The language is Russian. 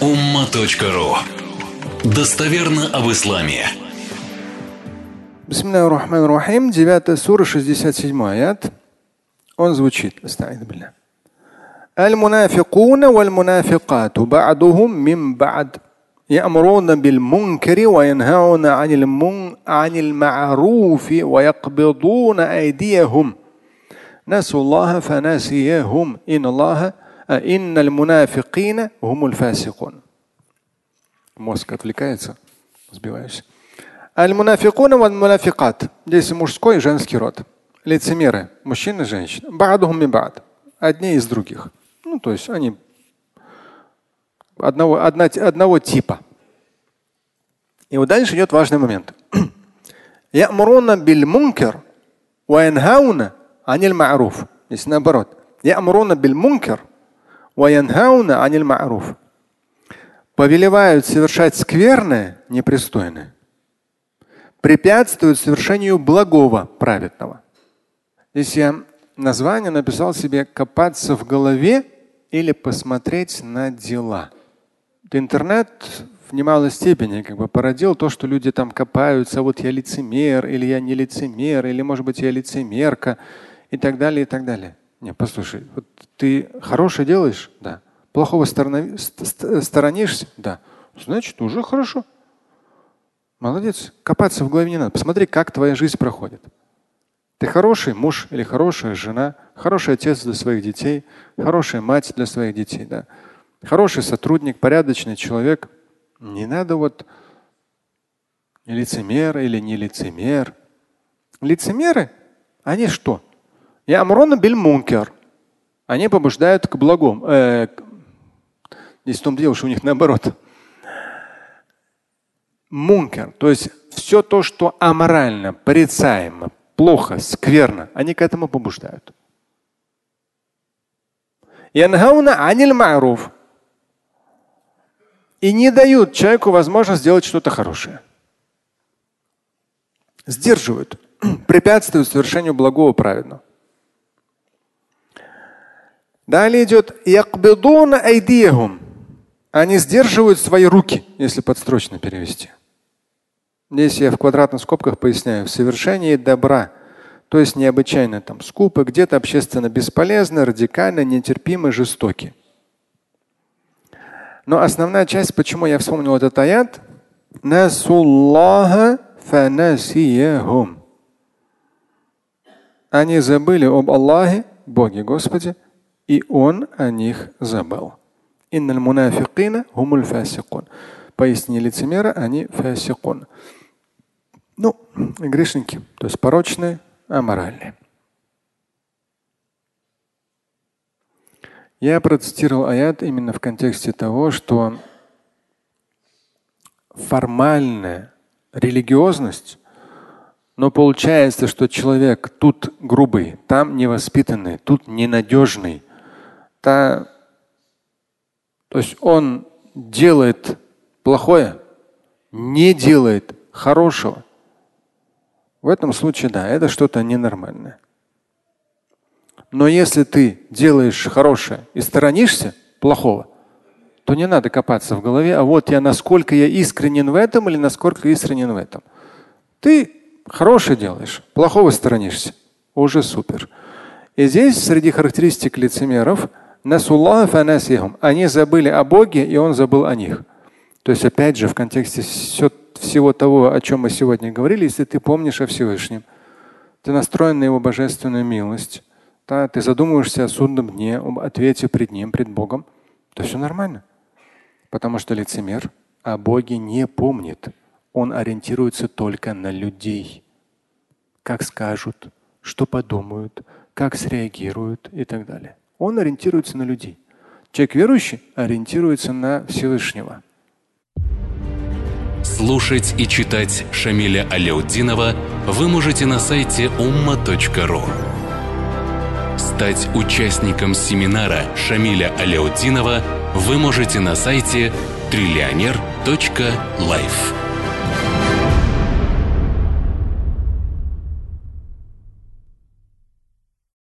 umma.ru. Достоверно об исламе. Бисмиллахи рахмани рахим. 9 сура, 67 аят. Он звучит. المنافقون والمنافقات بعضهم من بعض يأمرون بالمنكر وينهون عن المعروف ويقبضون أيديهم نسوا الله فنسيهم إن المنافقين هم الفاسقون. Мозг отвлекается, сбиваешься. Аль-мунафикуна валь-мунафикат. Здесь мужской и женский род. Лицемеры, мужчины и женщины. Ба'духум мин ба'д. Одни из других. То есть они одного типа. И вот дальше идет важный момент. Я'муруна биль-мункар ва янхауна аниль ма'руф. Здесь наоборот. Я'муруна биль-мункар ва янхауна аниль ма'руф. Повелевают совершать скверное, непристойное. Препятствуют совершению благого, праведного. Здесь я название написал себе «Копаться в голове» или «Посмотреть на дела». Интернет в немалой степени породил то, что люди там копаются, вот я лицемер, или я не лицемер, или может быть я лицемерка, и так далее, и так далее. Не, послушай, вот ты хорошее делаешь? Да. Плохого сторонишься? Да. Значит, уже хорошо. Молодец. Копаться в голове не надо. Посмотри, как твоя жизнь проходит. Ты хороший муж или хорошая жена, хороший отец для своих детей, хорошая мать для своих детей, да. Хороший сотрудник, порядочный человек. Не надо лицемер или не лицемер. Лицемеры, они что? Я'муруна биль-мункар. Они побуждают к благому. Здесь в том дело, что у них наоборот. Мункер, то есть все то, что аморально, порицаемо, плохо, скверно, они к этому побуждают. Янхауна аниль ма'руф. И не дают человеку возможность сделать что-то хорошее. Сдерживают, препятствуют совершению благого, праведного. Далее идет яқбидуна айдияхум. Они сдерживают свои руки, если подстрочно перевести. Здесь я в квадратных скобках поясняю. В совершении добра, то есть необычайно скупо, где-то общественно бесполезно, радикально, нетерпимо, жестоки. Но основная часть, почему я вспомнил этот аят, насуллаха фанасияхум. Они забыли об Аллахе, Боге Господе, и Он о них забыл. Инналь мунафикина хумуль фасикун. Поистине лицемеры, они фасикун. Грешники, то есть порочные, аморальные. Я процитировал аят именно в контексте того, что формальная религиозность, но получается, что человек тут грубый, там невоспитанный, тут ненадежный. То есть он делает плохое, не делает хорошего. В этом случае, да, это что-то ненормальное. Но если ты делаешь хорошее и сторонишься плохого, то не надо копаться в голове, насколько я искренен в этом или насколько искренен в этом. Ты хорошее делаешь, плохого сторонишься. Уже супер. И здесь среди характеристик лицемеров насуллаха фанасияхум. Они забыли о Боге, и Он забыл о них. То есть, опять же, в контексте всего того, о чем мы сегодня говорили, если ты помнишь о Всевышнем, ты настроен на Его божественную милость, ты задумываешься о судном дне, об ответе пред Ним, пред Богом, то все нормально. Потому что лицемер о Боге не помнит. Он ориентируется только на людей. Как скажут, что подумают, как среагируют и так далее. Он ориентируется на людей. Человек верующий ориентируется на Всевышнего. Слушать и читать Шамиля Аляутдинова вы можете на сайте umma.ru. Стать участником семинара Шамиля Аляутдинова вы можете на сайте trillioner.life.